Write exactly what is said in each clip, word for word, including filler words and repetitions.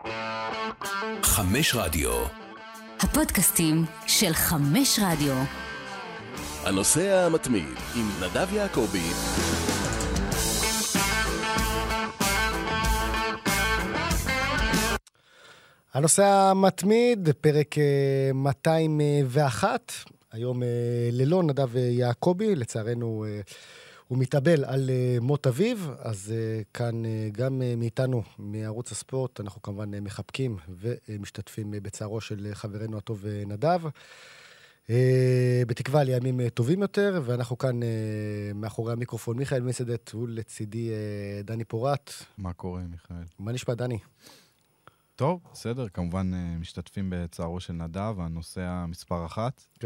חמש רדיו. הפודקאסטים של חמש רדיו. הנושא המתמיד עם נדב יעקבי. הנושא המתמיד, פרק מאתיים ואחת, היום ללא נדב יעקבי, לצערנו הוא מתאבל על מות אביו, אז כאן גם מאיתנו, מערוץ הספורט, אנחנו כמובן מחבקים ומשתתפים בצערו של חברנו הטוב נדב, בתקווה לימים טובים יותר, ואנחנו כאן מאחורי המיקרופון, מיכאל מסדת, ולצידי דני פורט. מה קורה, מיכאל? מה נשמע, דני? טוב, בסדר, כמובן משתתפים בצערו של נדב, הנושא המספר אחת. כן.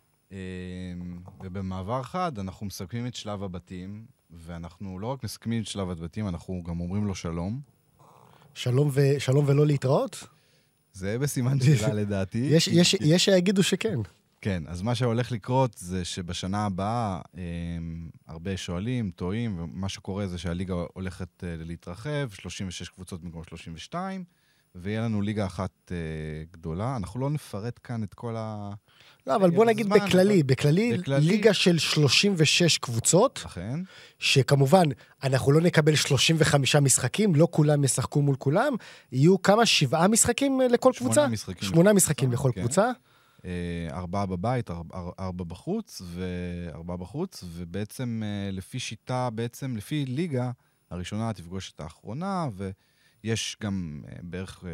ובמעבר אחד אנחנו מסכמים את שלב הבתים, ואנחנו לא רק מסכמים את שלב הבתים, אנחנו גם אומרים לו שלום. שלום, ו... שלום ולא להתראות? זה בסימן שאלה לדעתי. יש, יש, יש שיגידו שכן. כן, אז מה שהולך לקרות זה שבשנה הבאה הרבה שואלים, טועים, ומה שקורה זה שהליגה הולכת להתרחב, שלושים ושש קבוצות במקום שלושים ושתיים, ויהיה לנו ליגה אחת גדולה. אנחנו לא נפרט כאן את כל ה... לא, אבל בוא נגיד בכללי, בכללי, ליגה של שלושים ושש קבוצות, אכן. שכמובן, אנחנו לא נקבל שלושים וחמישה משחקים, לא כולם ישחקו מול כולם, יהיו כמה, שבעה משחקים לכל קבוצה? שמונה משחקים. שמונה משחקים לכל קבוצה. ארבעה בבית, ארבע בחוץ, וארבעה בחוץ, ובעצם לפי שיטה, בעצם לפי ליגה, הראשונה תפגוש את האחרונה, ויש גם בערך...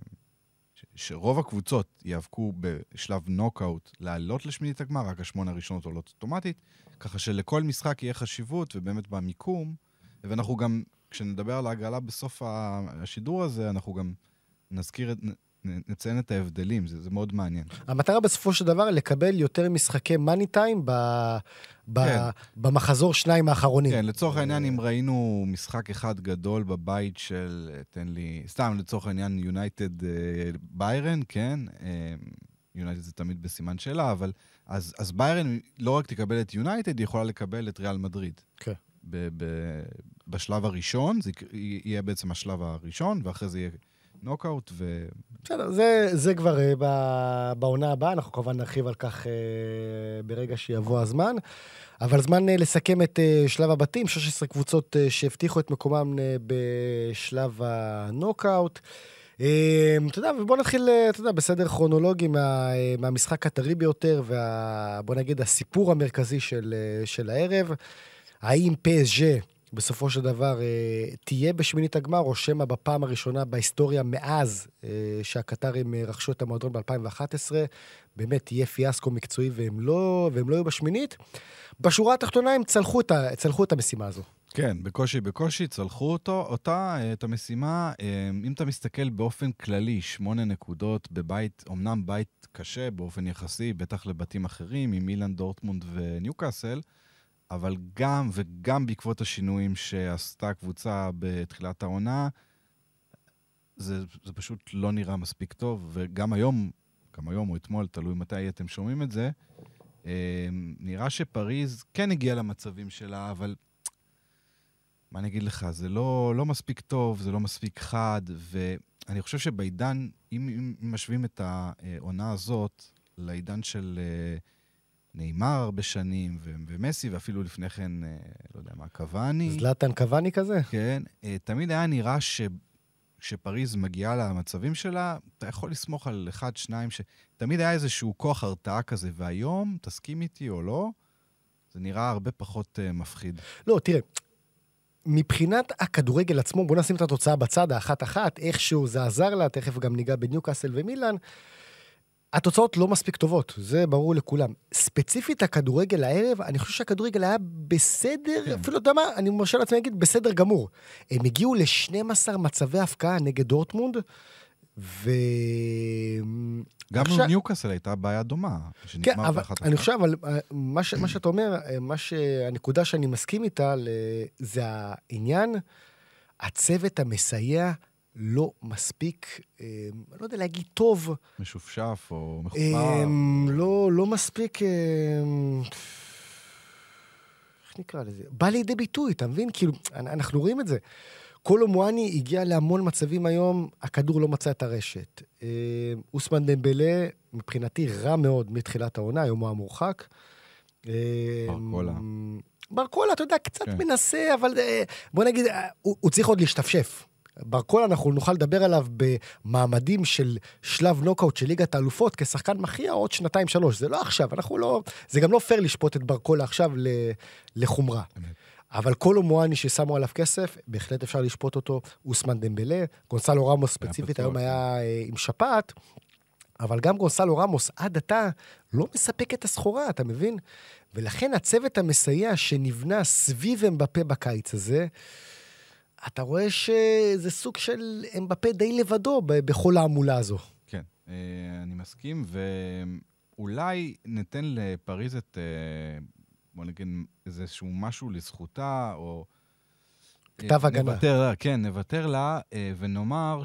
שרוב הקבוצות יאבקו בשלב נוקאוט לעלות לשמינית הגמר, רק השמונה הראשונות עולות אוטומטית, ככה שלכל משחק יהיה חשיבות, ובאמת במיקום, ואנחנו גם, כשנדבר על ההגרלה בסוף השידור הזה, אנחנו גם נזכיר, נציין את ההבדלים, זה, זה מאוד מעניין. המטרה בסופו של דבר לקבל יותר משחקי מאני טיים ב, ב, כן. במחזור שניים האחרונים. כן, לצורך העניין, אם ראינו משחק אחד גדול בבית של, תן לי, סתם לצורך העניין, יונייטד ביירן, כן, יונייטד זה תמיד בסימן שאלה, אבל אז, אז ביירן לא רק תקבל את יונייטד, היא יכולה לקבל את ריאל מדריד. כן. ב, ב, בשלב הראשון, זה יהיה בעצם השלב הראשון, ואחרי זה יהיה... נוקאוט ו... בסדר, זה, זה כבר uh, בעונה הבאה, אנחנו כמובן נרחיב על כך uh, ברגע שיבוא הזמן, אבל זמן uh, לסכם את uh, שלב הבתים, שש עשרה קבוצות uh, שהבטיחו את מקומם uh, בשלב הנוקאוט. Uh, אתה יודע, ובוא נתחיל, uh, אתה יודע, בסדר כרונולוגי מה, uh, מהמשחק הטרי ביותר, ובוא נגיד הסיפור המרכזי של, uh, של הערב, האם פי אס ג'י בסופו של דבר תהיה בשמינית הגמר, או שמה בפעם הראשונה בהיסטוריה מאז שהקטרים רכשו את המועדון ב-אלפיים ואחת עשרה, באמת תהיה פיאסקו מקצועי והם לא, והם לא יהיו בשמינית. בשורה התחתונה הם צלחו את, ה, צלחו את המשימה הזו. כן, בקושי, בקושי צלחו אותו, אותה, את המשימה. אם אתה מסתכל באופן כללי, שמונה נקודות בבית, אמנם בית קשה באופן יחסי, בטח לבתים אחרים, עם מילאן, דורטמונד וניוקאסל, אבל גם וגם בעקבות השינויים שעשתה הקבוצה בתחילת העונה, זה, זה פשוט לא נראה מספיק טוב, וגם היום, גם היום או אתמול, תלוי מתי אתם שומעים את זה, נראה שפריז כן הגיעה למצבים שלה, אבל מה אני אגיד לך, זה לא, לא מספיק טוב, זה לא מספיק חד, ואני חושב שבעידן, אם, אם משווים את העונה הזאת לעידן של... נאמר הרבה שנים, ו- ומסי, ואפילו לפני כן, לא יודע מה, קוואני. זלאטן קוואני כזה? כן. תמיד היה נראה ש... שפריז מגיעה למצבים שלה, אתה יכול לסמוך על אחד, שניים, שתמיד היה איזשהו כוח הרתעה כזה, והיום, תסכים איתי או לא, זה נראה הרבה פחות uh, מפחיד. לא, תראה, מבחינת הכדורגל עצמו, בוא נשים את התוצאה בצד, האחת-אחת, איכשהו זה עזר לה, תכף גם ניגע בניוקאסל ומילאן, התוצאות לא מספיק טובות, זה ברור לכולם. ספציפית הכדורגל הערב, אני חושב שהכדורגל היה בסדר, כן. אפילו אתה יודע מה, אני מרשה לעצמי להגיד, בסדר גמור. הם הגיעו ל-שנים עשר מצבי הפקעה נגד דורטמונד, ו... גם עכשיו... ניוקאסל הייתה בעיה דומה. כן, אבל אני חושב, אבל מה, ש... מה שאתה אומר, מה ש... הנקודה שאני מסכים איתה, זה העניין, הצוות המסייע, לא מספיק, אני לא יודע להגיד טוב. משופשף או מחובר. לא, לא מספיק, איך נקרא לזה? בא לידי ביטוי, אתה מבין? כאילו, אנחנו רואים את זה. קולו מואני הגיע להמון מצבים היום, הכדור לא מצא את הרשת. אוסמן דמבלה, מבחינתי רע מאוד מתחילת העונה, היום הוא המורחק. ברקולה. ברקולה, אתה יודע, קצת מנסה, אבל בוא נגיד, הוא צריך עוד להשתפשף. ברקולה אנחנו נוכל לדבר עליו במעמדים של שלב נוקאוט של ליגת האלופות, כשחקן מכריע עוד שנתיים שלוש. זה לא עכשיו, אנחנו לא, זה גם לא פייר לשפוט את ברקולה עכשיו לחומרה. אבל קולו מואני ששמו עליו כסף, בהחלט אפשר לשפוט אותו, אוסמן דמבלה, גונסלו רמוס ספציפית היום היה עם שפעת, אבל גם גונסלו רמוס עד עתה לא מספק את הסחורה, אתה מבין? ולכן הצוות המסייע שנבנה סביב אמבפה בקיץ הזה, אתה רואה שזה סוג של אמבפה די לבדו בכל העמולה הזו. כן, אני מסכים, ואולי ניתן לפריז את, בוא נגיד, איזשהו משהו לזכותה, או... כתב הגנה. נוותר לה, כן, נוותר לה, ונאמר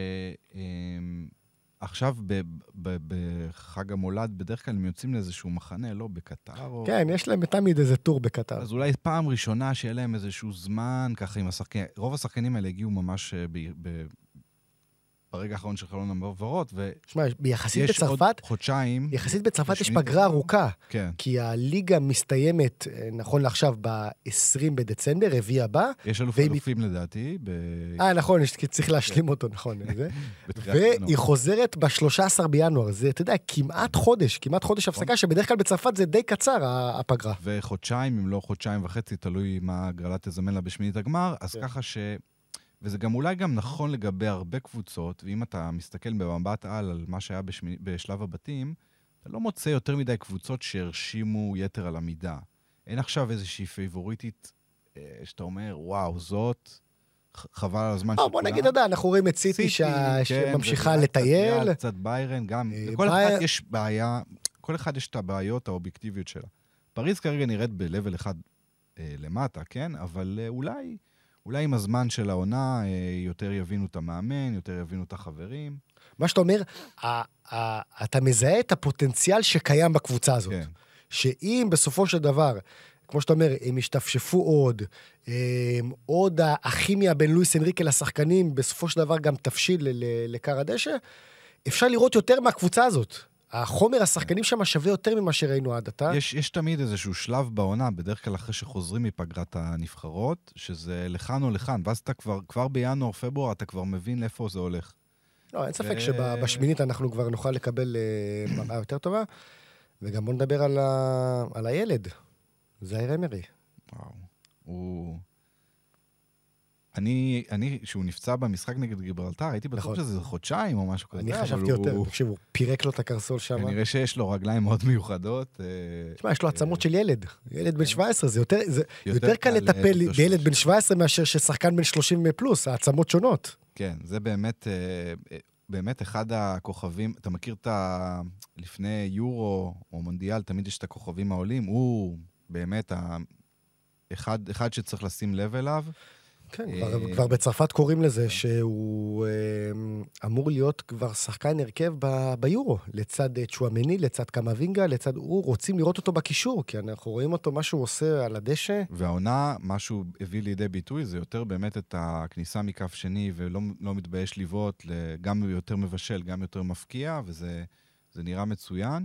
שעכשיו בחג המולד, בדרך כלל הם יוצאים לאיזשהו מחנה, לא בקטר או... כן, יש להם תמיד איזה טור בקטר. אז אולי פעם ראשונה שיהיה להם איזשהו זמן, ככה עם השחקנים, רוב השחקנים האלה הגיעו ממש ב... ב... ברגע האחרון של חלון המעברות, ו... שמע, יחסית בצרפת... יש עוד חודשיים... יחסית בצרפת יש פגרה ארוכה. כן. כי הליגה מסתיימת, נכון לעכשיו, ב-עשרים בדצמבר, רביעי הבא. יש אלוף אלופים לדעתי. אה, נכון, צריך להשלים אותו, נכון. והיא חוזרת ב-שלושה עשר בינואר. זה, אתה יודע, כמעט חודש, כמעט חודש הפסקה, שבדרך כלל בצרפת זה די קצר, הפגרה. וחודשיים, אם לא חודשיים וחצי, תלוי מה הגרלה תזמן לה בשמינית הגמר, אז ככה ש... וזה גם אולי גם נכון לגבי הרבה קבוצות, ואם אתה מסתכל במבט על על מה שהיה בשמי, בשלב הבתים, אתה לא מוצא יותר מדי קבוצות שהרשימו יתר על המידה. אין עכשיו איזושהי פייבוריטית אה, שאתה אומר, וואו, זאת חבל על הזמן של כולם. בוא נגיד, אתה יודע, אנחנו רואים את סיטי שממשיכה לטייל. קצת ביירן, גם. לכל אחד יש בעיה, כל אחד יש את הבעיות האובייקטיביות שלה. פריז כרגע נראית ב-level אחד אה, למטה, כן? אבל אה, אולי... אולי עם הזמן של העונה יותר יבינו את המאמן, יותר יבינו את החברים. מה שאתה אומר, אתה מזהה את הפוטנציאל שקיים בקבוצה הזאת. כן. שאם בסופו של דבר, כמו שאתה אומר, הם ישתפשפו עוד, עוד הכימיה בין לואיס אנריקה לשחקנים, בסופו של דבר גם תפשיל לקר הדשא, אפשר לראות יותר מהקבוצה הזאת. החומר, השחקנים שם שווה יותר ממה שראינו עד עתה. יש, יש תמיד איזשהו שלב בעונה, בדרך כלל אחרי שחוזרים מפגרת הנבחרות, שזה לכאן או לכאן, ואז אתה כבר, כבר בינואר, פברואר, אתה כבר מבין לאיפה זה הולך. לא, אין ספק ו... שבשמינית אנחנו כבר נוכל לקבל uh, מראה יותר טובה, וגם בוא נדבר על, ה... על הילד, זאיר אמרי. וואו, הוא... אני, אני, שהוא נפצע במשחק נגד גיברלטר, הייתי בטוח שזה חודשיים או משהו כזה. אני חשבתי יותר, תקשיב, הוא פירק לו את הקרסול שם. כנראה שיש לו רגליים מאוד מיוחדות. תשמע, יש לו עצמות של ילד. ילד בן שבע עשרה, זה יותר קל לטפל בילד בן שבע עשרה מאשר ששחקן בן שלושים פלוס, העצמות שונות. כן, זה באמת, באמת אחד הכוכבים, אתה מכיר את ה... לפני יורו או מונדיאל, תמיד יש את הכוכבים העולים, הוא באמת אחד, אחד שצריך לשים לב אליו. כן, כבר, כבר בצרפת קוראים לזה שהוא אמור להיות כבר שחקן הרכב ב, ביורו, לצד צ'ואמני, לצד קמאבינגה, לצד, הוא רוצים לראות אותו בקישור, כי אנחנו רואים אותו, מה שהוא עושה על הדשא. והעונה, מה שהוא הביא לידי ביטוי, זה יותר באמת את הכניסה מכף שני, ולא לא מתבייש ליוות, גם יותר מבשל, גם יותר מפקיע, וזה זה נראה מצוין.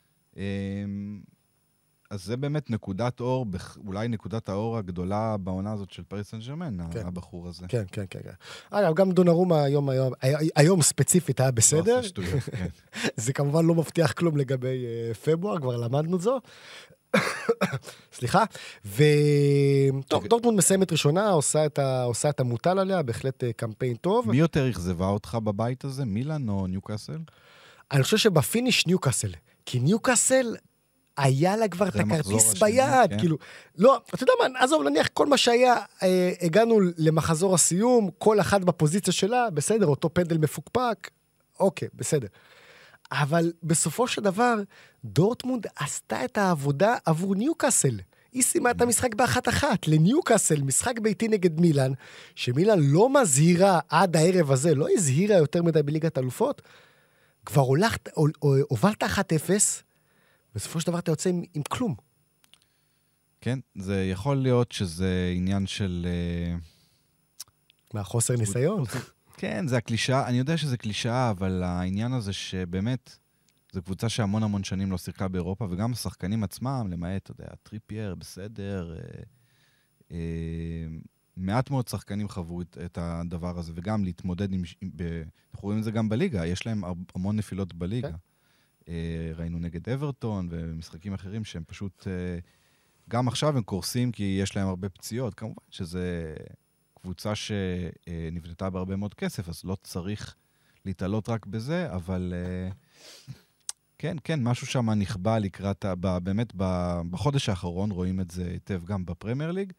אז זה באמת נקודת אור, אולי נקודת האור הגדולה בעונה הזאת של פריס סן ז'רמן, כן. הבחור הזה. כן, כן, כן. אגב, גם דונרומה היום, היום, היום ספציפית היה בסדר. לא שטויות, כן. זה כמובן לא מבטיח כלום לגבי uh, פברואר, כבר למדנו זו. סליחה. וטוב, דורטמונד מסיימת ראשונה, עושה את, ה... עושה את המוטל עליה, בהחלט קמפיין טוב. מי יותר אכזבה אותך בבית הזה, מילאן או ניוקאסל? אני חושב שבפיניש ניוקאסל. כי ניוקאסל... היה לה כבר את הכרטיס ביד, כן? כאילו, לא, אתה יודע מה, עזוב, נניח כל מה שהיה, אה, הגענו למחזור הסיום, כל אחד בפוזיציה שלה, בסדר, אותו פנדל מפוקפק, אוקיי, בסדר. אבל בסופו של דבר, דורטמונד עשתה את העבודה עבור ניוקאסל. היא שימה את המשחק באחת אחת, לניוקאסל, משחק ביתי נגד מילאן, שמילאן לא מזהירה עד הערב הזה, לא הזהירה יותר מדי בליגת אלופות, כבר הולכת, הובלת אחת אפס, בסופו של דבר אתה יוצא עם, עם כלום. כן, זה יכול להיות שזה עניין של... מהחוסר ניסיון. כן, זה הקלישאה, אני יודע שזה קלישאה, אבל העניין הזה שבאמת, זו קבוצה שהמון המון שנים לא שיחקה באירופה, וגם השחקנים עצמם, למעט, אתה יודע, טריפייר, בסדר, אה, אה, מעט מאוד שחקנים חוו את, את הדבר הזה, וגם להתמודד עם, עם ב, אנחנו רואים את זה גם בליגה, יש להם המון נפילות בליגה. Okay. אה, ראינו נגד אברטון ומשחקים אחרים שהם פשוט, אה, גם עכשיו הם קורסים כי יש להם הרבה פציעות, כמובן שזה קבוצה שנבנתה בהרבה מאוד כסף, אז לא צריך להתעלות רק בזה, אבל אה, כן, כן, משהו שם נכבה לקראת, באמת בחודש האחרון רואים את זה היטב גם בפרמייר ליג,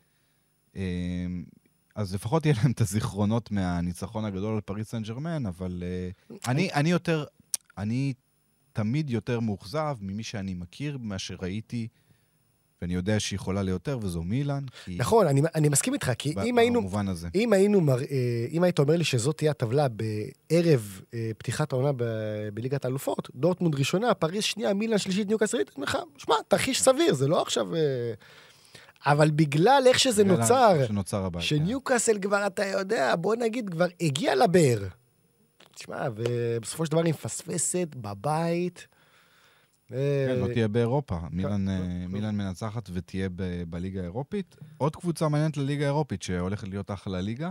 אז לפחות יהיה להם את הזיכרונות מהניצחון הגדול על פריס סן ז'רמן, אבל אני, אני יותר, אני תמיד יותר מאוכזב ממי שאני מכיר, מה שראיתי, ואני יודע שהיא יכולה ליותר, וזו מילאן. נכון, אני, אני מסכים איתך, כי אם היינו, אם היינו, אם היית אומר לי שזאת תהיה הטבלה בערב פתיחת העונה בליגת האלופות, דורטמונד ראשונה, פריס שנייה, מילאן שלישית, ניוקאסל עשירית, אני אומר לך, שמע, תרחיש סביר, זה לא עכשיו... אבל בגלל איך שזה נוצר, שניוקאסל כבר, אתה יודע, בוא נגיד, כבר הגיע לבאר. תשמע, ובסופו של דבר היא מפספסת בבית. כן, לא תהיה באירופה. מילאן מנצחת ותהיה בליגה האירופית. עוד קבוצה מעניינת לליגה האירופית, שהולכת להיות אחלה ליגה.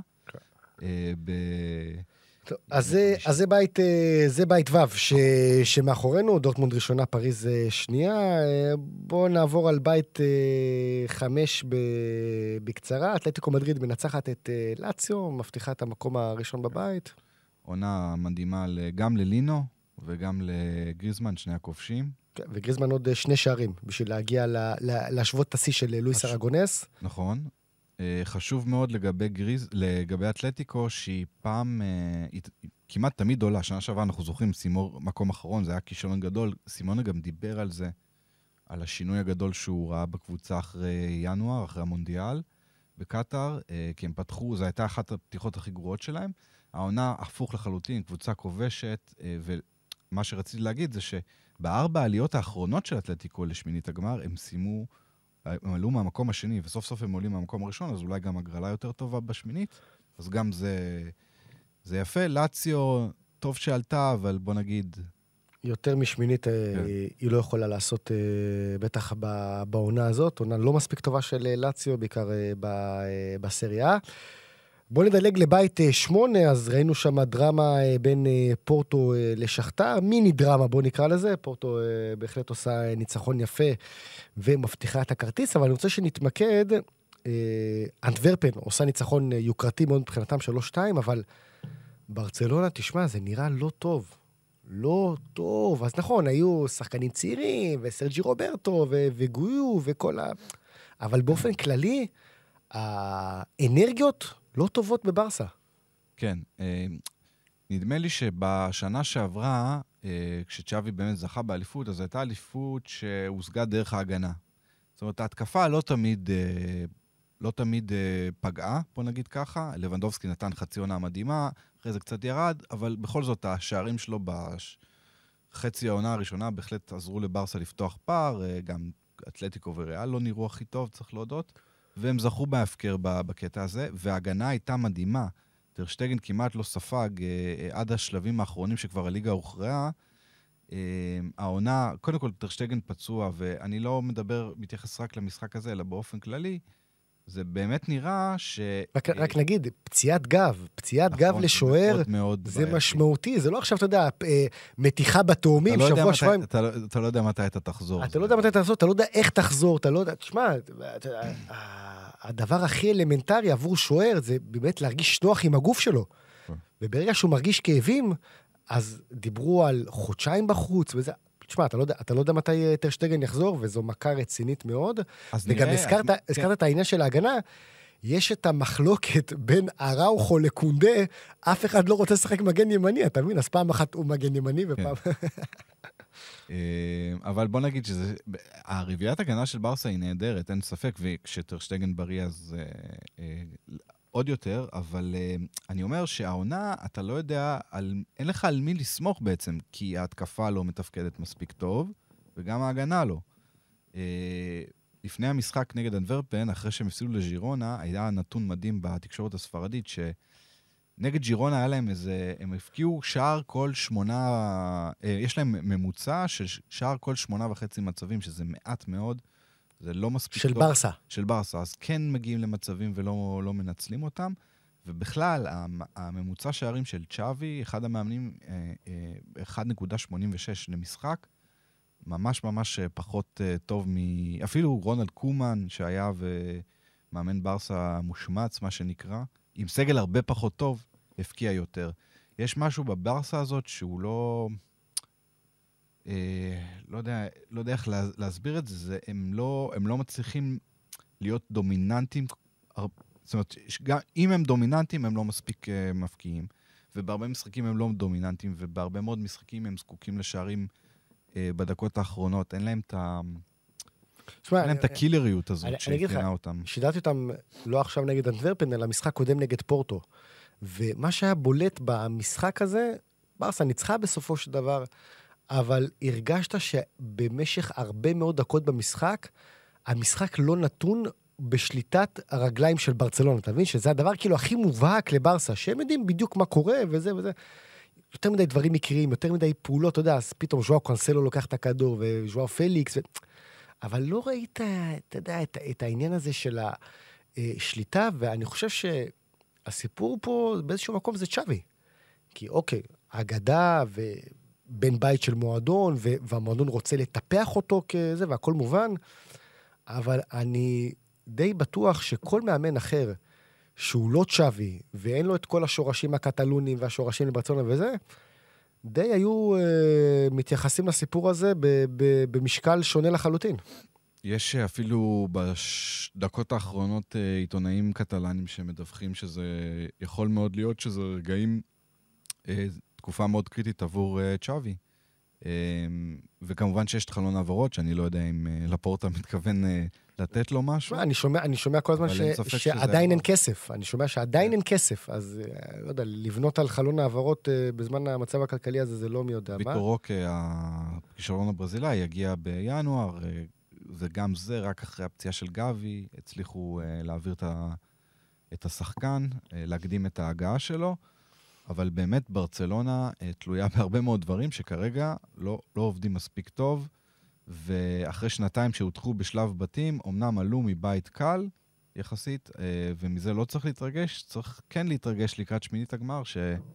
אז זה בית, זה בית וו, שמאחורינו, דורטמונד ראשונה, פריז שנייה. בואו נעבור על בית חמש בקצרה. אתלטיקו מדריד מנצחת את לאציו, מבטיחה את המקום הראשון בבית. עונה מדהימה גם ללינו וגם לגריזמן, שני הכובשים. וגריזמן עוד שני שערים, בשביל להגיע להשוות את השיא של לואיס ארגונס. נכון. חשוב מאוד לגבי גריז, לגבי אתלטיקו, שהיא פעם, היא כמעט תמיד עולה. שנה שעברה אנחנו זוכרים, סימור מקום אחרון, זה היה כישלון גדול. סימונה גם דיבר על זה, על השינוי הגדול שהוא ראה בקבוצה אחרי ינואר, אחרי המונדיאל, בקטר, כי הם פתחו, זו הייתה אחת הפתיחות הכי גרועות שלהם. העונה הפוך לחלוטין, קבוצה כובשת, ומה שרציתי להגיד זה שבארבע העליות האחרונות של אתלטיקו לשמינית הגמר, הם סיימו, הם עלו מהמקום השני, וסוף סוף הם עולים מהמקום הראשון, אז אולי גם הגרלה יותר טובה בשמינית, אז גם זה, זה יפה. לאציו, טוב שעלתה, אבל בוא נגיד... יותר משמינית, כן. היא לא יכולה לעשות, בטח בעונה הזאת, עונה לא מספיק טובה של לאציו, בעיקר בסריה. בואו נדלג לבית שמונה, אז ראינו שם דרמה בין פורטו לשכתר, מיני דרמה, בואו נקרא לזה, פורטו בהחלט עושה ניצחון יפה ומבטיחה את הכרטיס, אבל אני רוצה שנתמקד, אנטוורפן עושה ניצחון יוקרתי מאוד מבחינתם שלוש שתיים, אבל ברצלונה, תשמע, זה נראה לא טוב, לא טוב, אז נכון, היו שחקנים צעירים, וסרג'י רוברטו, וגויו, וכל ה... אבל באופן כללי, האנרגיות לא טובות בברסה. כן, נדמה לי שבשנה שעברה, כשצ'אבי באמת זכה באליפות, אז הייתה אליפות שהושגה דרך ההגנה. זאת אומרת, ההתקפה לא תמיד, לא תמיד פגעה, בוא נגיד ככה. לבנדובסקי נתן חצי עונה מדהימה, אחרי זה קצת ירד, אבל בכל זאת השערים שלו בחצי העונה הראשונה בהחלט עזרו לברסה לפתוח פער, גם אתלטיקו וריאל לא נראו הכי טוב, צריך להודות. והם זכו בהפקר בקטע הזה, וההגנה הייתה מדהימה. טר שטגן כמעט לא ספג אה, עד השלבים האחרונים שכבר הליגה הוכרעה. אה, העונה, קודם כל טר שטגן פצוע, ואני לא מדבר, מתייחס רק למשחק הזה, אלא באופן כללי, זה באמת נראה ש... רק, אה, רק נגיד, פציעת גב, פציעת נכון, גב לשוער, מאוד מאוד זה בעייתי. משמעותי, זה לא עכשיו, אתה יודע, מתיחה בתאומים, לא שבוע, שבועיים. אתה, אתה, אתה לא יודע מתי אתה תחזור. אתה לא יודע מתי אתה תחזור, אתה לא יודע איך תחזור, אתה לא יודע, תשמע, הדבר הכי אלמנטרי עבור שוער, זה באמת להרגיש נוח עם הגוף שלו. וברגע שהוא מרגיש כאבים, אז דיברו על חודשיים בחוץ, וזה... תשמע, אתה לא יודע, אתה לא יודע מתי טר שטגן יחזור, וזו מכה רצינית מאוד. וגם הזכרת, הזכרת את העניין של ההגנה, יש את המחלוקת בין אראוחו לקונדה, אף אחד לא רוצה לשחק מגן ימני, אתה מבין? אז פעם אחת הוא מגן ימני ופעם... אבל בוא נגיד שזה... הרביעיית הגנה של ברסה היא נהדרת, אין ספק, וכשטר שטגן בריא אז עוד יותר, אבל אני אומר שהעונה, אתה לא יודע, אין לך על מי לסמוך בעצם, כי ההתקפה לא מתפקדת מספיק טוב, וגם ההגנה לא. לפני המשחק נגד אנטוורפן, אחרי שהם הפסידו לז'ירונה, היה נתון מדהים בתקשורת הספרדית, נגד ג'ירונה היה להם איזה, הם הפקיעו שער כל שמונה, יש להם ממוצע של שער כל שמונה וחצי מצבים, שזה מעט מאוד, זה לא מספיק של טוב. ברסה. של ברסה, אז כן מגיעים למצבים ולא לא מנצלים אותם, ובכלל, הממוצע שערים של צ'אבי, אחד המאמנים, אחת נקודה שמונים ושש למשחק, ממש ממש פחות טוב מ... אפילו רונלד קומן, שהיה ומאמן ברסה מושמץ, מה שנקרא, עם סגל הרבה פחות טוב, הפקיע יותר. יש משהו בברסה הזאת שהוא לא... אה, לא יודע, לא יודע איך לה, להסביר את זה, זה הם, לא, הם לא מצליחים להיות דומיננטים, זאת אומרת, גם, אם הם דומיננטים, הם לא מספיק אה, מפקיעים, ובהרבה משחקים הם לא דומיננטים, ובהרבה מאוד משחקים הם זקוקים לשערים אה, בדקות האחרונות, אין להם את ה... שמה, אין להם את הקילריות הזאת שהפגנה אותם. שידעתי אותם לא עכשיו נגד אנטוורפן, אלא משחק קודם נגד פורטו. ומה שהיה בולט במשחק הזה, ברסה ניצחה בסופו של דבר, אבל הרגשת שבמשך הרבה מאוד דקות במשחק, המשחק לא נתון בשליטת הרגליים של ברצלונה. אתה מבין? שזה הדבר כאילו הכי מובהק לברסה, שהם יודעים בדיוק מה קורה וזה וזה. יותר מדי דברים מקריים, יותר מדי פעולות, אתה יודע, אז פתאום ז'ואו קונסלו לוקח את הכדור, וז'ואו פליקס, ו... אבל לא ראית, אתה יודע, את, את העניין הזה של השליטה, ואני חושב שהסיפור פה באיזשהו מקום זה צ'אבי. כי אוקיי, אגדה ובן בית של מועדון, והמועדון רוצה לטפח אותו כזה, והכל מובן, אבל אני די בטוח שכל מאמן אחר, שהוא לא צ'אבי, ואין לו את כל השורשים הקטלונים והשורשים לברצלונה וזה, די היו אה, מתייחסים לסיפור הזה ב- ב- במשקל שונה לחלוטין. יש אפילו בדקות האחרונות אה, עיתונאים קטלנים שמדווחים שזה יכול מאוד להיות שזה רגעים, אה, תקופה מאוד קריטית עבור אה, צ'אבי. אה, וכמובן שיש את חלון העברות, שאני לא יודע אם אה, לפורטה מתכוון אה, לתת לו משהו. אני שומע, אני שומע כל הזמן ש... שעדיין אין כסף. אני שומע שעדיין אין כסף. אז, לא יודע, לבנות על חלון העברות בזמן המצב הכלכלי הזה, זה לא מי יודע מה. ויטור רוקה, הכישרון הברזילאי, יגיע בינואר, זה גם זה, רק אחרי הפציעה של גבי, הצליחו להעביר את השחקן, להקדים את ההגעה שלו, אבל באמת ברצלונה תלויה בהרבה מאוד דברים שכרגע לא, לא עובדים מספיק טוב, ואחרי שנתיים שהותחו בשלב בתים, אמנם עלו מבית קל, יחסית, ומזה לא צריך להתרגש, צריך כן להתרגש לקראת שמינית הגמר,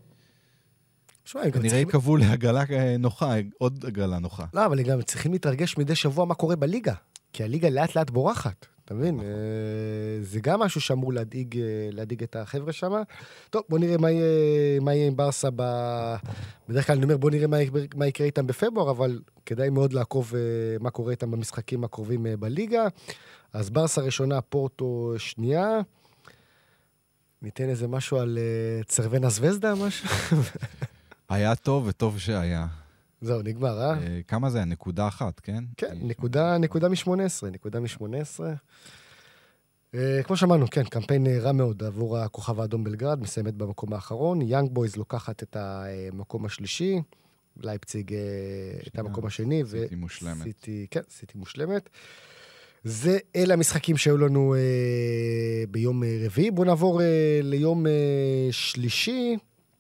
שכנראה יקבעו להגלה נוחה, עוד הגלה נוחה. לא, אבל גם צריכים להתרגש מדי שבוע מה קורה בליגה, כי הליגה לאט לאט בורחת, אתה מבין? זה גם משהו שאמור להדאיג, להדאיג את החבר'ה שם. טוב, בוא נראה מה יהיה, מה יהיה עם ברסה ב... בדרך כלל אני אומר, בוא נראה מה, מה יקרה איתם בפברואר, אבל כדאי מאוד לעקוב מה קורה איתם במשחקים הקרובים בליגה. אז ברסה ראשונה, פורטו שנייה. ניתן איזה משהו על צרבנה זווזדה, משהו? היה טוב וטוב שהיה. זהו, נגמר, אה? כמה זה? נקודה אחת, כן? כן, נקודה, נקודה מ-שמונה עשרה, נקודה מ-שמונה עשרה. כמו שאמרנו, כן, קמפיין רע מאוד עבור הכוכב האדום בלגרד, מסיימת במקום האחרון. יאנג בויז לוקחת את המקום השלישי, לייפציג את המקום השני. סיטי מושלמת. סיטי, כן, סיטי מושלמת. זה אלה המשחקים שהיו לנו אה, ביום רביעי. בואו נעבור אה, ליום אה, שלישי.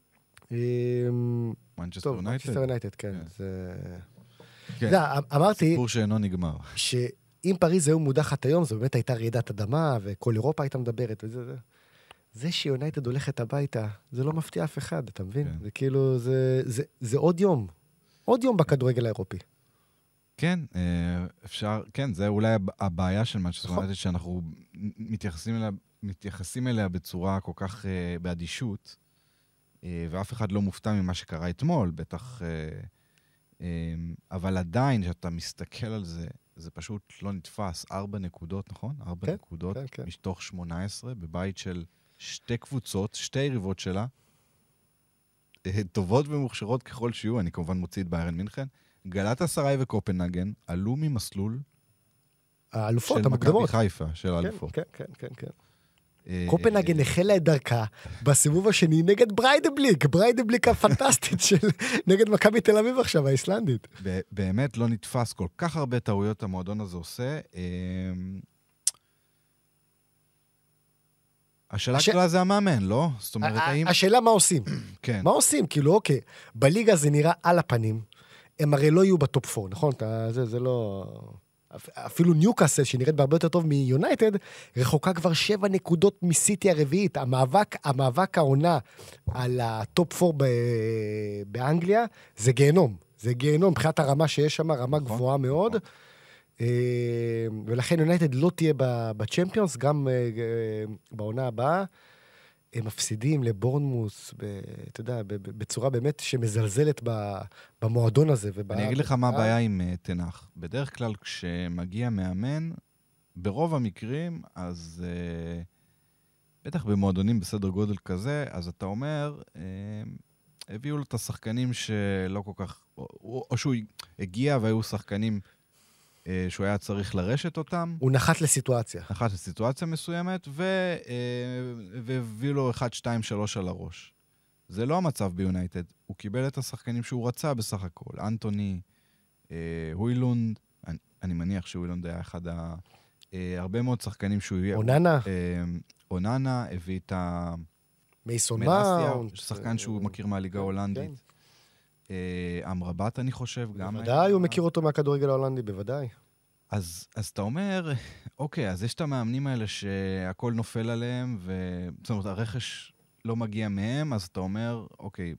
מנצ'סטר יונייטד. מנצ'סטר יונייטד, כן. כן. זה, אמרתי... סיפור שאינו נגמר. שאם פריז היו מודחת היום, זו באמת הייתה רעידת אדמה, וכל אירופה הייתה מדברת, וזה זה. זה שיונייטד הולכת הביתה, זה לא מפתיע אף אחד, אתה מבין? זה כאילו, זה, זה, זה עוד יום. עוד יום בכדורגל האירופי. כן, אפשר, כן, זה אולי הבעיה של מנצ'סטר יונייטד, שאנחנו מתייחסים אליה, מתייחסים אליה בצורה כל כך באדישות, ואף אחד לא מופתע ממה שקרה אתמול, בטח, אבל עדיין, שאתה מסתכל על זה, זה פשוט לא נתפס. ארבע נקודות, נכון? ארבע כן, נקודות, כן, כן. מתוך שמונה עשרה, בבית של שתי קבוצות, שתי יריבות שלה, טובות ומוכשרות ככל שיהיו, אני כמובן מוציא את ביירן מינכן, גלאטסראי וקופנהגן עלו ממסלול האלופות, של מכבי המקדמות. חיפה, של האלופות. כן, כן, כן, כן. קופנהגן החלה את דרכה בסיבוב השני נגד בריידבליק, בריידבליק הפנטסטית של נגד מכבי תל אביב עכשיו, האיסלנדית. באמת לא נתפס, כל כך הרבה טעויות המועדון הזה עושה. השאלה שלה זה המאמן, לא? זאת אומרת, האם... השאלה מה עושים. כן. מה עושים? כאילו, אוקיי, בליגה זה נראה על הפנים, הם הרי לא יהיו בטופ פור, נכון? זה, זה לא... אפילו ניוקאסל, שנראית בהרבה יותר טוב מיונייטד, רחוקה כבר שבע נקודות מסיטי הרביעית. המאבק, המאבק העונה על הטופ פור באנגליה, זה גיהנום. זה גיהנום, מבחינת הרמה שיש שם, רמה גבוהה מאוד. ולכן יונייטד לא תהיה בצ'מפיונס, גם בעונה הבאה. הם מפסידים לבורנמוס, אתה יודע, בצורה באמת שמזלזלת במועדון הזה. אני אגיד לך מה הבעיה עם תנח. בדרך כלל כשמגיע מאמן, ברוב המקרים, אז בטח במועדונים בסדר גודל כזה, אז אתה אומר, הביאו לו את השחקנים שלא כל כך, או שהוא הגיע והיו שחקנים שהוא היה צריך לרשת אותם. הוא נחת לסיטואציה. נחת לסיטואציה מסוימת, והביא לו אחד, שתיים, שלוש על הראש. זה לא המצב ביונייטד. הוא קיבל את השחקנים שהוא רצה בסך הכל. אנטוני, הוילונד, אני מניח שהוילונד היה אחד ה... הרבה מאוד שחקנים שהוא... אוננה. אוננה, הביא את ה... מייסון מאונט. שחקן שהוא מכיר מהליגה ההולנדית. אמרבת, אני חושב, גם... בוודאי, הוא מכיר אותו מהכדורגל ההולנדי, בוודאי. אז, אז אתה אומר, אוקיי, אז יש את המאמנים האלה שהכל נופל עליהם, ו... זאת אומרת, הרכש לא מגיע מהם, אז אתה אומר, אוקיי,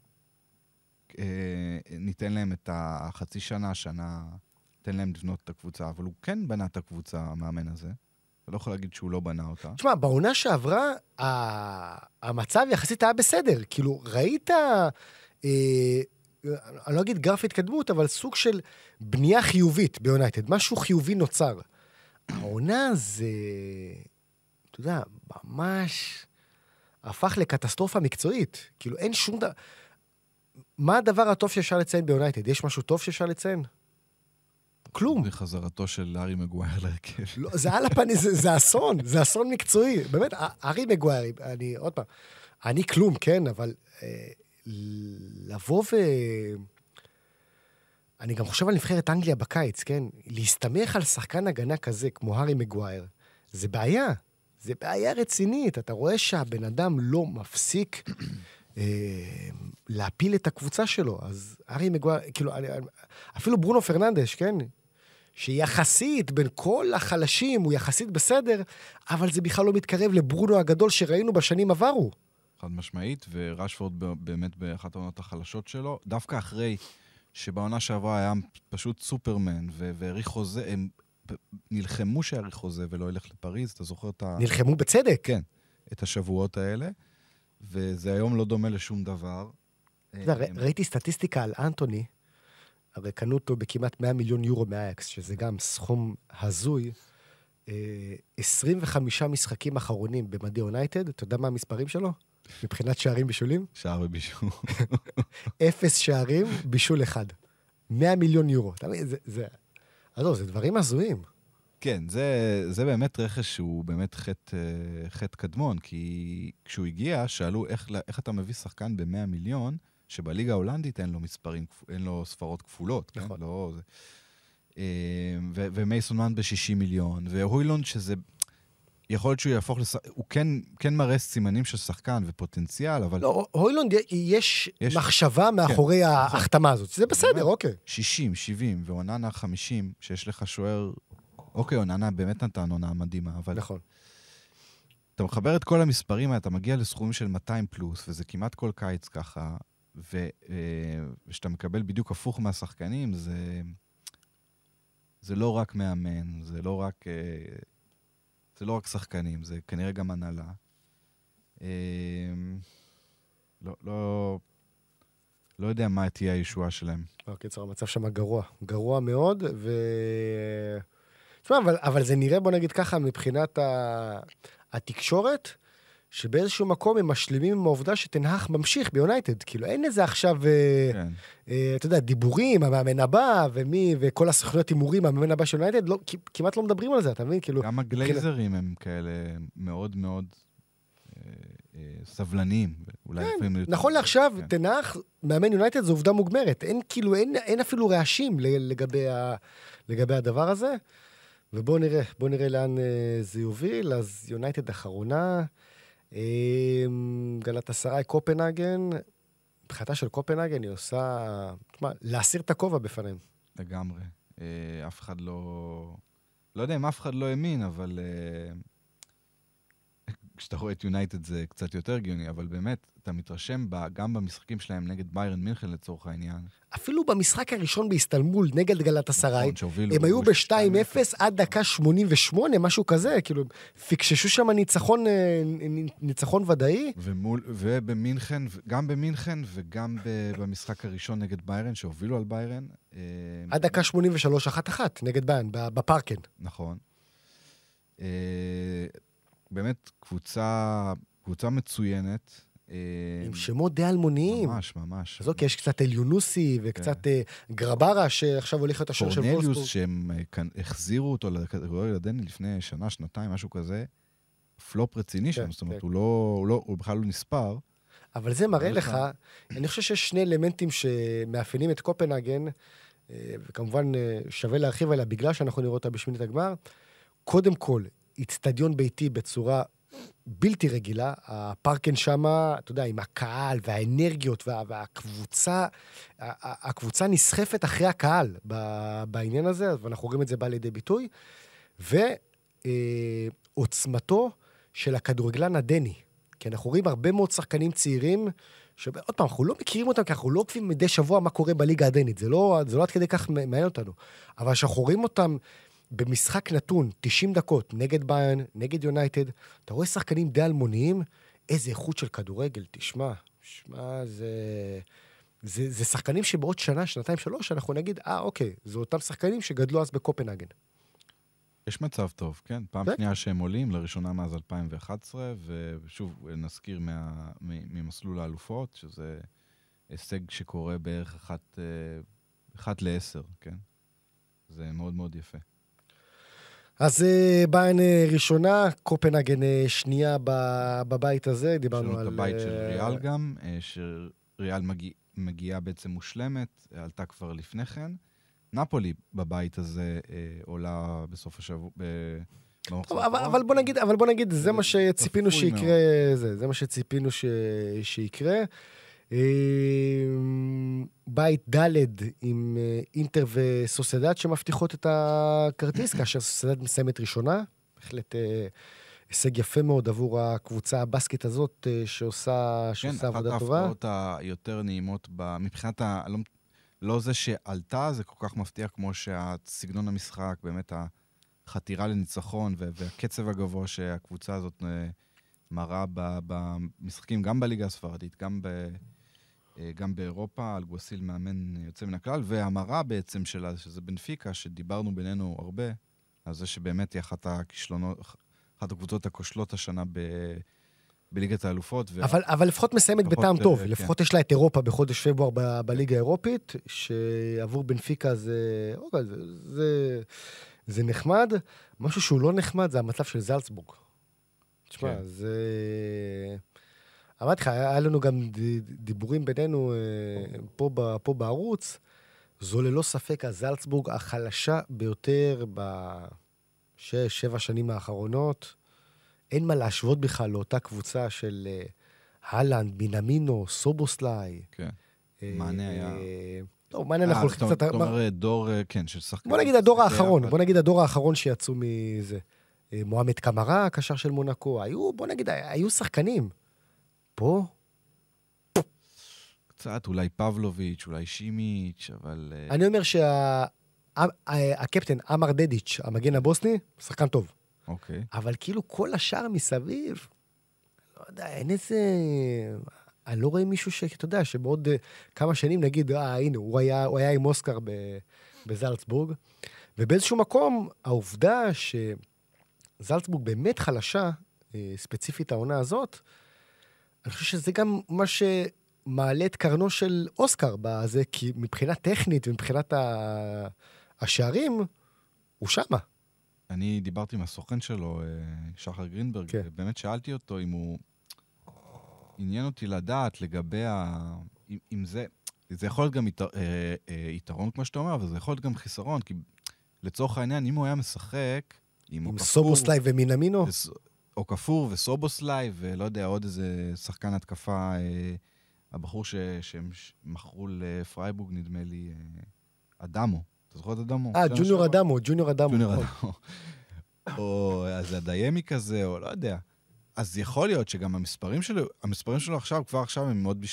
ניתן להם את החצי שנה, שנה, ניתן להם לבנות את הקבוצה, אבל הוא כן בנה את הקבוצה, המאמן הזה. אתה לא יכול להגיד שהוא לא בנה אותה. תשמע, בעונה שעברה, המצב יחסית היה בסדר. כאילו, ראית... אני לא אגיד גרף התקדמות, אבל סוג של בנייה חיובית ביונייטד. משהו חיובי נוצר. העונה זה, אתה יודע, ממש הפך לקטסטרופה מקצועית. כאילו, אין שום דבר... מה הדבר הטוב שאפשר לציין ביונייטד? יש משהו טוב שאפשר לציין? כלום. זה חזרתו של הארי מגווייר להרכב. לא, זה על הפני, זה, זה אסון. זה אסון מקצועי. באמת, הארי מגווייר, אני, עוד פעם, אני כלום, כן, אבל... לבוא ו... אני גם חושב על נבחרת אנגליה בקיץ, כן? להסתמך על שחקן הגנה כזה, כמו הארי מגווייר, זה בעיה. זה בעיה רצינית. אתה רואה שהבן אדם לא מפסיק אה, להפיל את הקבוצה שלו. אז הארי מגווייר, כאילו, אפילו ברונו פרננדש, כן? שיחסית בין כל החלשים הוא יחסית בסדר, אבל זה בכלל לא מתקרב לברונו הגדול שראינו בשנים עברו. חד משמעית, ורשפורד באמת באחת העונות החלשות שלו, דווקא אחרי שבעונה שעברה היה פשוט סופרמן, והעריך חוזה, הם נלחמו שהעריך חוזה ולא ילך לפריז, אתה זוכר את ה... נלחמו בצדק? כן, את השבועות האלה, וזה היום לא דומה לשום דבר. ראיתי סטטיסטיקה על אנטוני, הרי קנו אותו בכמעט מאה מיליון יורו מאייקס, שזה גם סכום הזוי, עשרים וחמישה משחקים אחרונים במדי יונייטד, אתה יודע מה המספרים שלו? מבחינת שערים בישולים? שער ובישול. אפס שערים, בישול אחד. מאה מיליון יורו. אתה מבין? זה, זה... אז לא, זה דברים הזויים. כן, זה, זה באמת רכש שהוא באמת חטא, חטא קדמון, כי כשהוא הגיע, שאלו איך, איך אתה מביא שחקן ב-מאה מיליון, שבליגה ההולנדית אין לו מספרים, אין לו ספרות כפולות. נכון. כן? לא, זה... ו- ומייסון מאונט ב-שישים מיליון, והוילונד שזה... יכול להיות שהוא יהפוך לש... הוא כן, כן מראה סימנים של שחקן ופוטנציאל, אבל... לא, הוילונד יש, יש... מחשבה מאחורי כן, ההחתמה הזאת. זה בסדר, אוקיי. שישים, שבעים, ואוננה חמישים, שיש לך שוער... אוקיי, אוננה באמת נתן עונה מדהימה, אבל... נכון. אתה מחבר את כל המספרים, אתה מגיע לסכומים של מאתיים פלוס, וזה כמעט כל קיץ ככה, ו... ושאתה מקבל בדיוק הפוך מהשחקנים, זה... זה לא רק מאמן, זה לא רק... זה לא רק שחקנים, זה כנראה גם הנהלה. לא, לא, לא יודע מה תהיה הישועה שלהם. בקיצור, המצב שם גרוע. גרוע מאוד, ו... תשמע, אבל, אבל זה נראה, בוא נגיד ככה, מבחינת ה... התקשורת, שבאיזשהו מקום הם משלימים עם העובדה שתנהך ממשיך ביונייטד. כאילו, אין איזה עכשיו, כן. אה, אתה יודע, דיבורים, המאמן הבא, ומי, וכל הסוכנויות הימורים, המאמן הבא של יונייטד, לא, כמעט לא מדברים על זה, אתה מבין? כאילו... גם הגלייזרים הם כאלה מאוד מאוד אה, אה, סבלניים. אולי כן, נכון לעכשיו, כן. תנהך, מאמן יונייטד זו עובדה מוגמרת. אין, כאילו, אין, אין אפילו רעשים לגבי, ה, לגבי הדבר הזה. ובואו נראה, בואו נראה לאן אה, זה יוביל. אז יונייטד אחרונה... גלאטסראי, קופנהגן, מבחינתה של קופנהגן היא עושה, תשמע, להסיר את הכובע בפניהם. לגמרי. אף אחד לא... לא יודע אם אף אחד לא האמין, אבל... כשאתה רואה את יונייטד זה קצת יותר הגיוני, אבל באמת, אתה מתרשם גם במשחקים שלהם נגד ביירן מינכן לצורך העניין. אפילו במשחק הראשון באיסטנבול נגד גלאטסראי, הם היו ב-שתיים אפס עד דקה שמונים ושמונה, משהו כזה, כאילו, פיקששו שם ניצחון, ניצחון ודאי. ובמינכן, גם במינכן וגם במשחק הראשון נגד ביירן, שהובילו על ביירן. עד דקה שמונים ושלוש, אחת אחת, נגד ביירן, בפארקן. נכון. באמת קבוצה, קבוצה מצוינת. עם שמות די אלמוניים. ממש, ממש. אז אוקיי, יש קצת אליונוסי וקצת גרברה, שעכשיו הולך להיות השוער של וולסבורג. קורנליוס, שהם החזירו אותו לקטגוריה לדני לפני שנה, שנתיים, משהו כזה, פלופ רציני שם, זאת אומרת, הוא בכלל לא נספר. אבל זה מראה לך, אני חושב שיש שני אלמנטים שמאפיינים את קופנהגן, וכמובן שווה להרחיב עליה, בגלל שאנחנו נראה אותה בשמינית הגמר. קודם כל, אצטדיון ביתי בצורה בלתי רגילה, הפארקן שמה, אתה יודע, עם הקהל והאנרגיות וה, והקבוצה, הקבוצה נסחפת אחרי הקהל בעניין הזה, ואנחנו רואים את זה בא לידי ביטוי, ועוצמתו של הכדורגלן הדני, כי אנחנו רואים הרבה מאוד שחקנים צעירים, שעוד פעם, אנחנו לא מכירים אותם, כי אנחנו לא עוקבים מדי שבוע מה קורה בליגה הדנית, זה לא, זה לא עד כדי כך מעניין אותנו, אבל שאנחנו רואים אותם במשחק נתון, תשעים דקות, נגד ביירן, נגד יונייטד, אתה רואה שחקנים די אלמוניים, איזה איכות של כדורגל, תשמע, תשמע, זה, זה, זה שחקנים שבעוד שנה, שנתיים, שלוש, אנחנו נגיד, אה, אוקיי, זה אותם שחקנים שגדלו אז בקופנהגן. יש מצב טוב, כן? פעם ו... שנייה שהם עולים, לראשונה מאז אלפיים ואחת עשרה, ושוב, נזכיר מה, ממסלול האלופות, שזה הישג שקורה בערך אחת, אחת לעשר, כן? זה מאוד מאוד יפה. אז ביירן ראשונה, קופנהגן שנייה בבית הזה, דיברנו על... בבית של ריאל גם, שריאל מגיע, מגיעה בעצם מושלמת, עלתה כבר לפני כן. נפולי בבית הזה עולה בסוף השבוע... אבל בוא נגיד, אבל בוא נגיד, זה מה שציפינו שיקרה, זה, זה מה שציפינו שיקרה. בית דלת עם אינטר וסוסיידד שמבטיחות את הכרטיס, כאשר סוסיידד מסיימת ראשונה, בהחלט הישג יפה מאוד עבור הקבוצה הבסקית הזאת שעושה, שעושה עבודה טובה. כן, אחת ההפרעות היותר נעימות, מבחינת ה... לא זה שעלתה, זה כל כך מפתיע כמו שהסגנון המשחק, באמת החתירה לניצחון והקצב הגבוה שהקבוצה הזאת מראה במשחקים, גם בליגה הספרדית, גם ב... גם באירופה, אלגואסיל מאמן יוצא מן הכלל, והמראה בעצם שלה, שזה בנפיקה, שדיברנו בינינו הרבה, על זה שבאמת היא אחת הכישלונות, אחת הקבוצות הכושלות השנה ב... בליגת האלופות. ו... אבל, אבל לפחות מסיימת בטעם טוב, כן. לפחות יש לה את אירופה בחודש פברואר ב- בליגה האירופית, שעבור בנפיקה זה, אוקיי, זה, זה, זה נחמד, משהו שהוא לא נחמד, זה המצב של זלצבורג. תשמע, כן. זה... אמרתי לך, היה לנו גם דיבורים בינינו פה, פה בערוץ, זו ללא ספק הזלצבורג החלשה ביותר בשש, שבע שנים האחרונות. אין מה להשוות בכלל לאותה קבוצה של הלנד, בינמינו, סובוסליי. כן, מענה היה... לא, מענה אנחנו הולכים קצת... זאת אומרת, דור, כן, של שחקן. בוא נגיד הדור האחרון, בוא נגיד הדור האחרון שיצאו מזה. מוחמד קמרה, הקשר של מונקו, היו, בוא נגיד, היו שחקנים. פה? קצת, אולי פבלוביץ', אולי שימיץ', אבל... אני אומר שהקפטן, אמר דדיץ', המגן הבוסני, שחקן טוב. אוקיי. אבל כאילו כל השאר מסביב, לא יודע, אין איזה... אני לא רואה מישהו שאתה יודע, שבעוד כמה שנים נגיד, אה, הנה, הוא היה, הוא היה עם אוסקר בזלצבורג, ובאיזשהו מקום, העובדה שזלצבורג באמת חלשה, ספציפית העונה הזאת, אני חושב שזה גם מה שמעלה את קרנו של אוסקר בזה, כי מבחינה טכנית ומבחינת השערים, הוא שמה. אני דיברתי עם הסוכן שלו, שחר גרינברג, כן. ובאמת שאלתי אותו אם הוא... עניין אותי לדעת לגבי ה... אם זה... זה יכול להיות גם יתר... יתרון, כמו שאתה אומר, אבל זה יכול להיות גם חיסרון, כי לצורך העניין, אם הוא היה משחק... עם סובוסליי ומינמינו? או כפור וסובוסליי, ולא יודע, עוד איזה שחקן התקפה, הבחור שהם מכרו לפרייבורג, נדמה לי, אדמו. אתה זוכר את אדמו? אה, ג'וניור אדמו, ג'וניור אדמו. ג'וניור אדמו. או אז הדיימי כזה, או לא יודע. אז יכול להיות שגם המספרים שלו, המספרים שלו עכשיו, כבר עכשיו הם מאוד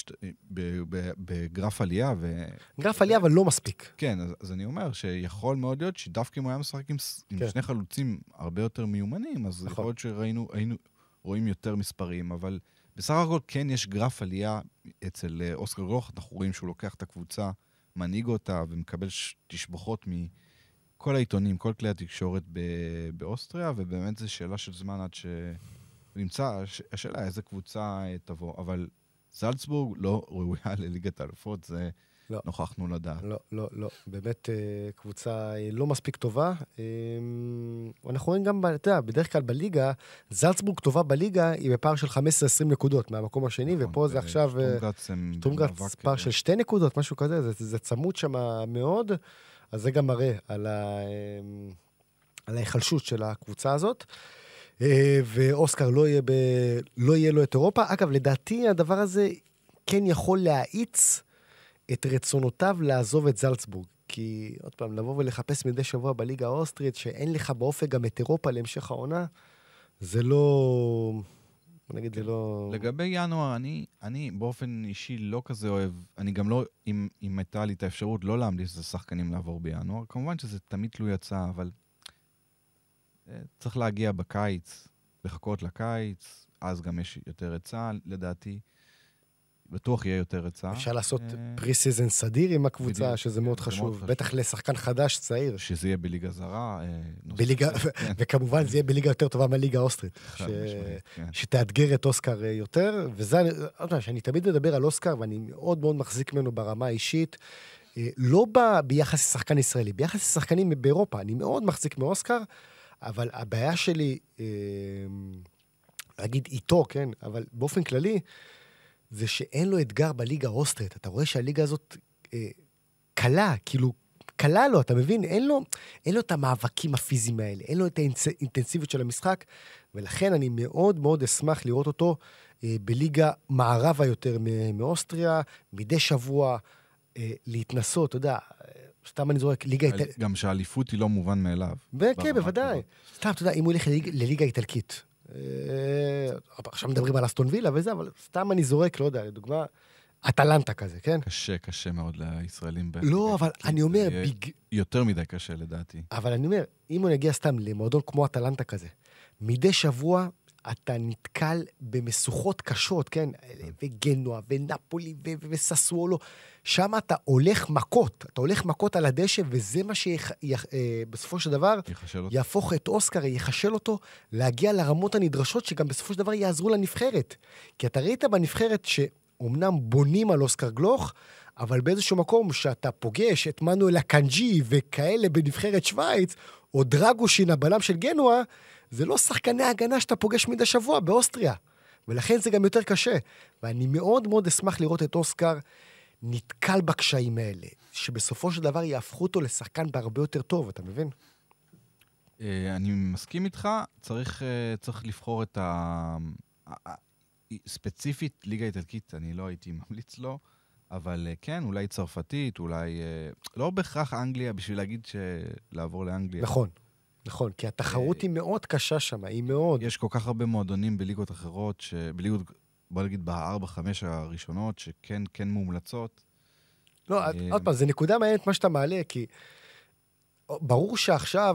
בגרף עלייה. גרף עלייה, אבל לא מספיק. כן, אז אני אומר שיכול מאוד להיות שדווקא אם הוא היה משחק עם שני חלוצים הרבה יותר מיומנים, אז יכול להיות שראינו, היינו רואים יותר מספרים, אבל בסך הכל כן יש גרף עלייה אצל אוסקר גלוך, אנחנו רואים שהוא לוקח את הקבוצה, מנהיג אותה ומקבל תשבחות מכל העיתונים, כל כלי התקשורת באוסטריה, ובאמת זו שאלה של זמן עד ש... נמצא, השאלה איזה קבוצה תבוא, אבל זלצבורג לא ראויה לליגת האלופות, זה לא. נוכחנו לדעת. לא, לא, לא. באמת קבוצה לא מספיק טובה. אנחנו רואים גם, אתה יודע, בדרך כלל בליגה, זלצבורג טובה בליגה היא בפער של חמש עשרה עשרים נקודות מהמקום השני, נכון, ופה זה עכשיו... שטרומגרץ פער של שתי נקודות, משהו כזה, זה, זה צמוד שם מאוד, אז זה גם מראה על, ה, על ההיחלשות של הקבוצה הזאת. ואוסקר לא יהיה, ב... לא יהיה לו את אירופה. אגב, לדעתי הדבר הזה כן יכול להאיץ את רצונותיו לעזוב את זלצבורג. כי, עוד פעם, לבוא ולחפש מדי שבוע בליגה האוסטרית, שאין לך באופק גם את אירופה להמשך העונה, זה לא... נגיד, זה לא... לגבי ינואר, אני, אני באופן אישי לא כזה אוהב, אני גם לא, אם, אם הייתה לי את האפשרות לא להמליץ לשחקנים לעבור בינואר, כמובן שזה תמיד תלוי הצעה, אבל... צריך להגיע בקיץ, לחכות לקיץ, אז גם יש יותר היצע, לדעתי. בטוח יהיה יותר היצע. אפשר לעשות פרי-סיזן סדיר עם הקבוצה, שזה מאוד חשוב. בטח לשחקן חדש, צעיר. שזה יהיה בליגה זרה. וכמובן זה יהיה בליגה יותר טובה מהליגה האוסטרית. שתאתגר את אוסקר יותר. וזה, שאני תמיד מדבר על אוסקר, ואני מאוד מאוד מחזיק ממנו ברמה האישית, לא ביחס לשחקן ישראלי, ביחס לשחקנים באירופה. אני מאוד מחזיק מאוסקר, אבל הבעיה שלי, אה, להגיד איתו, כן, אבל באופן כללי, זה שאין לו אתגר בליגה האוסטרית. אתה רואה שהליגה הזאת אה, קלה, כאילו, קלה לו, אתה מבין? אין לו, אין לו את המאבקים הפיזיים האלה, אין לו את האינטנסיביות של המשחק, ולכן אני מאוד מאוד אשמח לראות אותו אה, בליגה מערבה יותר מאוסטריה, מדי שבוע אה, להתנסות, אתה יודע, סתם אני זורק, ליגה איטלקית. גם שהאליפות היא לא מובן מאליו. כן, בוודאי. סתם, אתה יודע, אם הוא הולך לליגה איטלקית, עכשיו מדברים על אסטון וילה וזה, אבל סתם אני זורק, לא יודע, לדוגמה, אטלנטה כזה, כן? קשה, קשה מאוד לישראלים. לא, אבל אני אומר... יותר מדי קשה, לדעתי. אבל אני אומר, אם הוא נגיע סתם למועדון כמו אטלנטה כזה, מדי שבוע אתה נתקל במסוכות קשות, כן? וגנוע, ונפולי, וססוולו. שם אתה הולך מכות, אתה הולך מכות על הדשא, וזה מה שבסופו של דבר יהפוך את אוסקר, יחשל אותו, להגיע לרמות הנדרשות, שגם בסופו של דבר יעזרו לנבחרת. כי אתה ראית בנבחרת שאומנם בונים על אוסקר גלוך, אבל באיזשהו מקום שאתה פוגש את מנואל הקנג'י וכאלה בנבחרת שוויץ, או דרגושין, הבלם של גנוע, זה לא שחקני הגנה שאתה פוגש מדי שבוע באוסטריה. ולכן זה גם יותר קשה. ואני מאוד מאוד אשמח לראות את אוסקר נתקל בקשיים האלה, שבסופו של דבר יהפכו אותו לשחקן בהרבה יותר טוב, אתה מבין? אני מסכים איתך, צריך, צריך לבחור את ה... ספציפית ליגה איטלקית, אני לא הייתי ממליץ לו, אבל כן, אולי צרפתית, אולי... לא בהכרח אנגליה, בשביל להגיד שלעבור לאנגליה. נכון. נכון, כי התחרות היא מאוד קשה שם, היא מאוד. יש כל כך הרבה מועדונים בליגות אחרות, בליגות, בוא נגיד, בארבע, חמש הראשונות, שכן, כן מומלצות. לא, עוד פעם, זה נקודה מעניינת מה שאתה מעלה, כי ברור שעכשיו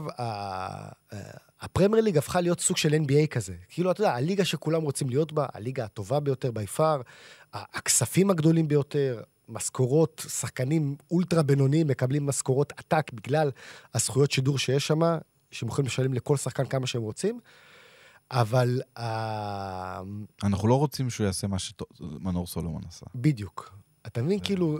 הפרמייר ליג הפכה להיות סוג של אן בי איי כזה. כאילו, אתה יודע, הליגה שכולם רוצים להיות בה, הליגה הטובה ביותר ביפר, הכספים הגדולים ביותר, משכורות, שחקנים אולטרה בינוניים מקבלים משכורות עתק בגלל הזכויות שידור שיש שם, שהם יכולים לשלם לכל שחקן כמה שהם רוצים, אבל... אנחנו לא רוצים שהוא יעשה מה שמנור סולומון עשה. בדיוק. אתה מבין, כאילו,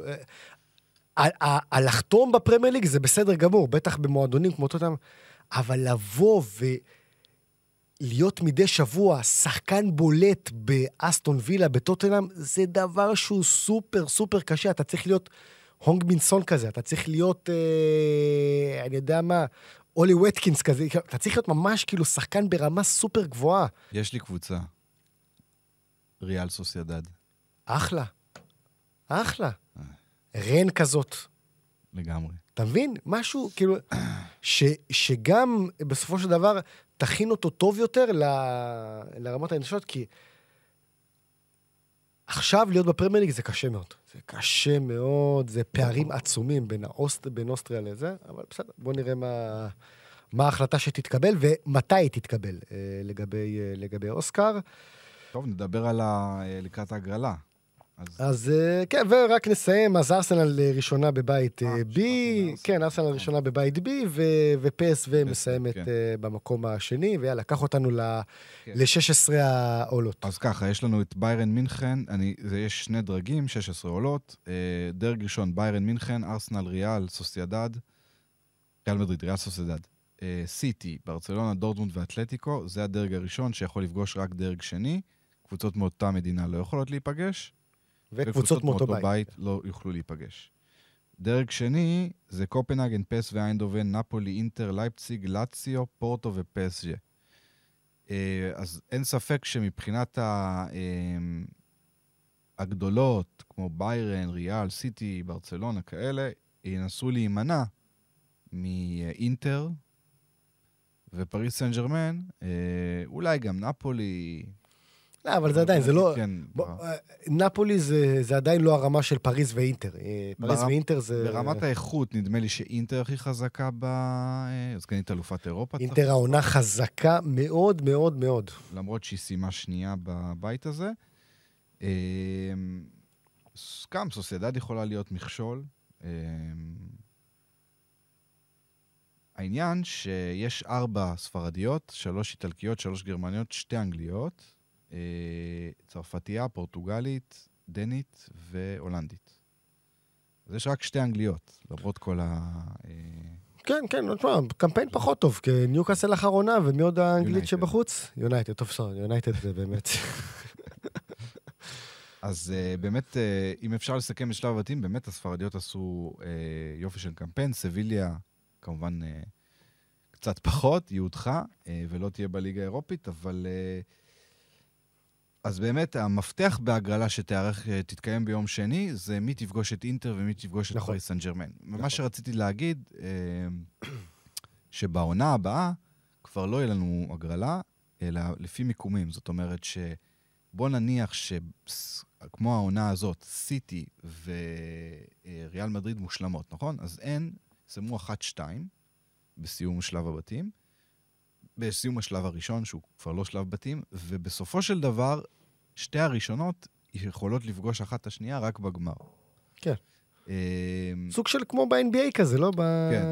הלחתום בפרמייר ליג זה בסדר גמור, בטח במועדונים כמו אותם, אבל לבוא ולהיות מדי שבוע שחקן בולט באסטון וילה, בטוטנהאם, זה דבר שהוא סופר סופר קשה, אתה צריך להיות הונג מינסון כזה, אתה צריך להיות, אה, אני יודע מה, אולי וטקינס כזה, אתה צריך להיות ממש כאילו שחקן ברמה סופר גבוהה. יש לי קבוצה. ריאל סוסיידד. אחלה. אחלה. רן כזאת. לגמרי. אתה מבין? משהו, כאילו, ש, שגם בסופו של דבר תכין אותו טוב יותר ל, לרמות האנושות, כי עכשיו להיות בפרמייר ליג זה קשה מאוד. זה קשה מאוד, זה פערים עצומים בין, האוסט, בין אוסטריה לזה, אבל בסדר, בוא נראה מה, מה ההחלטה שתתקבל ומתי היא תתקבל לגבי, לגבי אוסקר. טוב, נדבר על ה... לקראת ההגרלה. אז, אז כן, ורק נסיים, אז ארסנל ראשונה בבית B, כן, ארסנל ראשונה בבית B, ופס ומסיימת במקום השני, ויאללה, קח אותנו ל-שש עשרה העולות. אז ככה, יש לנו את ביירן מינכן, יש שני דרגים, שש עשרה עולות, דרג ראשון, ביירן מינכן, ארסנל, ריאל, סוסיידד, ריאל מדריד, ריאל סוסיידד, סיטי, ברצלונה, דורטמונד ואתלטיקו, זה הדרג הראשון שיכול לפגוש רק דרג שני, קבוצות מאותה מדינה לא יכולות להיפגש, וקבוצות מאותו בית. בית לא יוכלו להיפגש. דרג שני זה קופנהגן, פס ואיינדובן, נפולי, אינטר, לייפציג, לאציו, פורטו ופס ג'ה. אז אין ספק שמבחינת הגדולות, כמו ביירן, ריאל, סיטי, ברצלונה, כאלה, ינסו להימנע מאינטר ופריס סן ז'רמן, אולי גם נפולי... לא, אבל זה עדיין, זה לא... נפולי זה עדיין לא הרמה של פריז ואינטר. פריז ואינטר זה... ברמת האיכות, נדמה לי שאינטר הכי חזקה ב... סגנית אלופת אירופה. אינטר העונה חזקה מאוד מאוד מאוד. למרות שהיא סיימה שנייה בבית הזה. גם סוסיידד יכולה להיות מכשול. העניין שיש ארבע ספרדיות, שלוש איטלקיות, שלוש גרמניות, שתי אנגליות. צרפתייה, פורטוגלית, דנית והולנדית. אז יש רק שתי אנגליות, למרות כל ה... כן, כן, קמפיין פחות טוב, כי ניוקאסל האחרונה, ומי עוד האנגלית שבחוץ? יונייטד, טוב סור, יונייטד זה באמת... אז באמת, אם אפשר לסכם את שלב הבתים, באמת הספרדיות עשו יופי של קמפיין, סביליה, כמובן, קצת פחות, היא הודחה, ולא תהיה בליגה האירופית, אבל... אז באמת, המפתח בהגרלה שתארך, תתקיים ביום שני, זה מי תפגוש את אינטר ומי תפגוש את פריס סן ז'רמן. מה שרציתי להגיד, שבעונה הבאה כבר לא יהיה לנו הגרלה, אלא לפי מיקומים. זאת אומרת שבוא נניח שכמו העונה הזאת, סיטי וריאל מדריד מושלמות, נכון? אז אין, שמו אחת שתיים בסיום שלב הבתים, בסיום השלב הראשון, שהוא כבר לא שלב בתים, ובסופו של דבר, שתי הראשונות יכולות לפגוש אחת את השנייה רק בגמר. כן. סוג של כמו ב-אן בי איי כזה, לא? כן.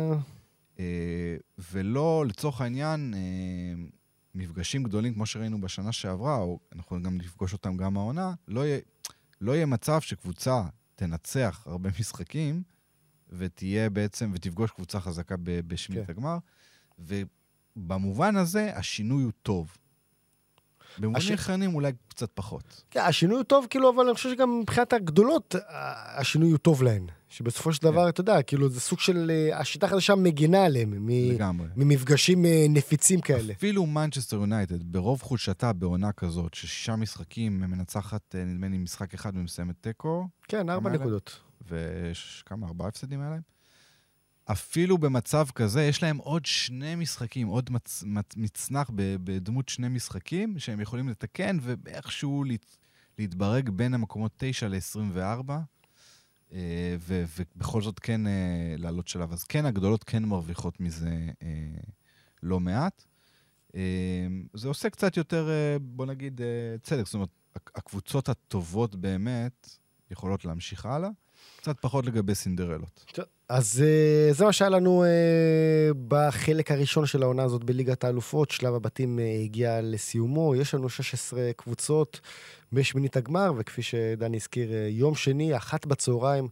ולא, לצורך העניין, מפגשים גדולים, כמו שראינו בשנה שעברה, או אנחנו גם לפגוש אותם גם העונה, לא יהיה, לא יהיה מצב שקבוצה תנצח הרבה משחקים, ותהיה בעצם, ותפגוש קבוצה חזקה בשמינית הגמר, ו... במובן הזה, השינוי הוא טוב. במובנים אחרים אולי קצת פחות. כן, השינוי הוא טוב, כאילו, אבל אני חושב שגם מבחינת הגדולות, השינוי הוא טוב להן. שבסופו של דבר, אתה יודע, כאילו, זה סוג של... השיטה חדשה מגינה עליהם. לגמרי. ממפגשים נפיצים כאלה. אפילו מנצ'סטר יונייטד, ברוב חולשתה בעונה כזאת, ששישה משחקים מנצחת, נדמה לי, משחק אחד ומסיימת טקו. כן, ארבע נקודות. וכמה, ארבעה הפסדים עליהם? אפילו במצב כזה, יש להם עוד שני משחקים, עוד מצ, מצ, מצנח בדמות שני משחקים, שהם יכולים לתקן, ואיכשהו להת, להתברג בין המקומות תשע ל-עשרים וארבע, ו, ובכל זאת כן לעלות שלב. אז כן, הגדולות כן מרוויחות מזה לא מעט. זה עושה קצת יותר, בוא נגיד, צדק. זאת אומרת, הקבוצות הטובות באמת יכולות להמשיך הלאה, קצת פחות לגבי סינדרלות. אז זה מה שהיה לנו בחלק הראשון של העונה הזאת בליגת האלופות. שלב הבתים הגיע לסיומו. יש לנו שש עשרה קבוצות בשמינית הגמר, וכפי שדני הזכיר, יום שני, אחת בצהריים,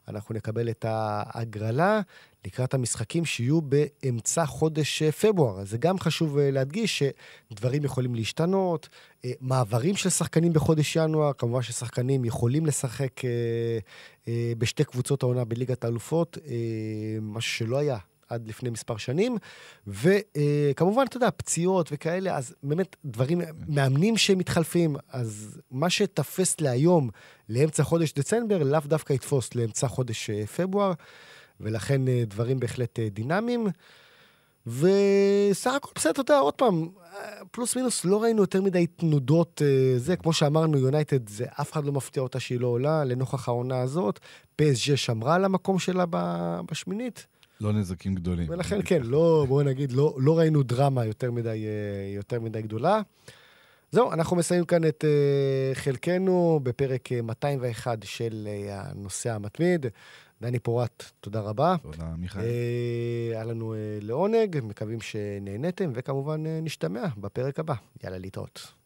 אנחנו נקבל את ההגרלה לקראת המשחקים שיהיו באמצע חודש פברואר. אז זה גם חשוב להדגיש שדברים יכולים להשתנות, מעברים של שחקנים בחודש ינואר, כמובן ששחקנים יכולים לשחק בשתי קבוצות העונה בליגת האלופות, משהו שלא היה עד לפני מספר שנים, וכמובן, אתה יודע, פציעות וכאלה, אז באמת דברים, מאמנים שמתחלפים, אז מה שתפס להיום לאמצע חודש דצמבר, לאו דווקא יתפוס לאמצע חודש פברואר, ולכן דברים בהחלט דינמיים, וסך הכל בסדר, אתה יודע, עוד פעם, פלוס מינוס, לא ראינו יותר מדי תנודות, זה, כמו שאמרנו, יונייטד, זה אף אחד לא מפתיע אותה שהיא לא עולה, לנוכח העונה הזאת, פי אס ג'י שמרה על המקום שלה בשמינית, לא נזקים גדולים. ולכן כן, לא, בואו נגיד, לא, לא ראינו דרמה יותר מדי, יותר מדי גדולה. זהו, אנחנו מסיימים כאן את חלקנו בפרק מאתיים ואחת של הנושא המתמיד. דני פורט, תודה רבה. תודה, מיכאל. היה לנו לעונג, מקווים שנהנתם, וכמובן נשתמע בפרק הבא. יאללה, להתראות.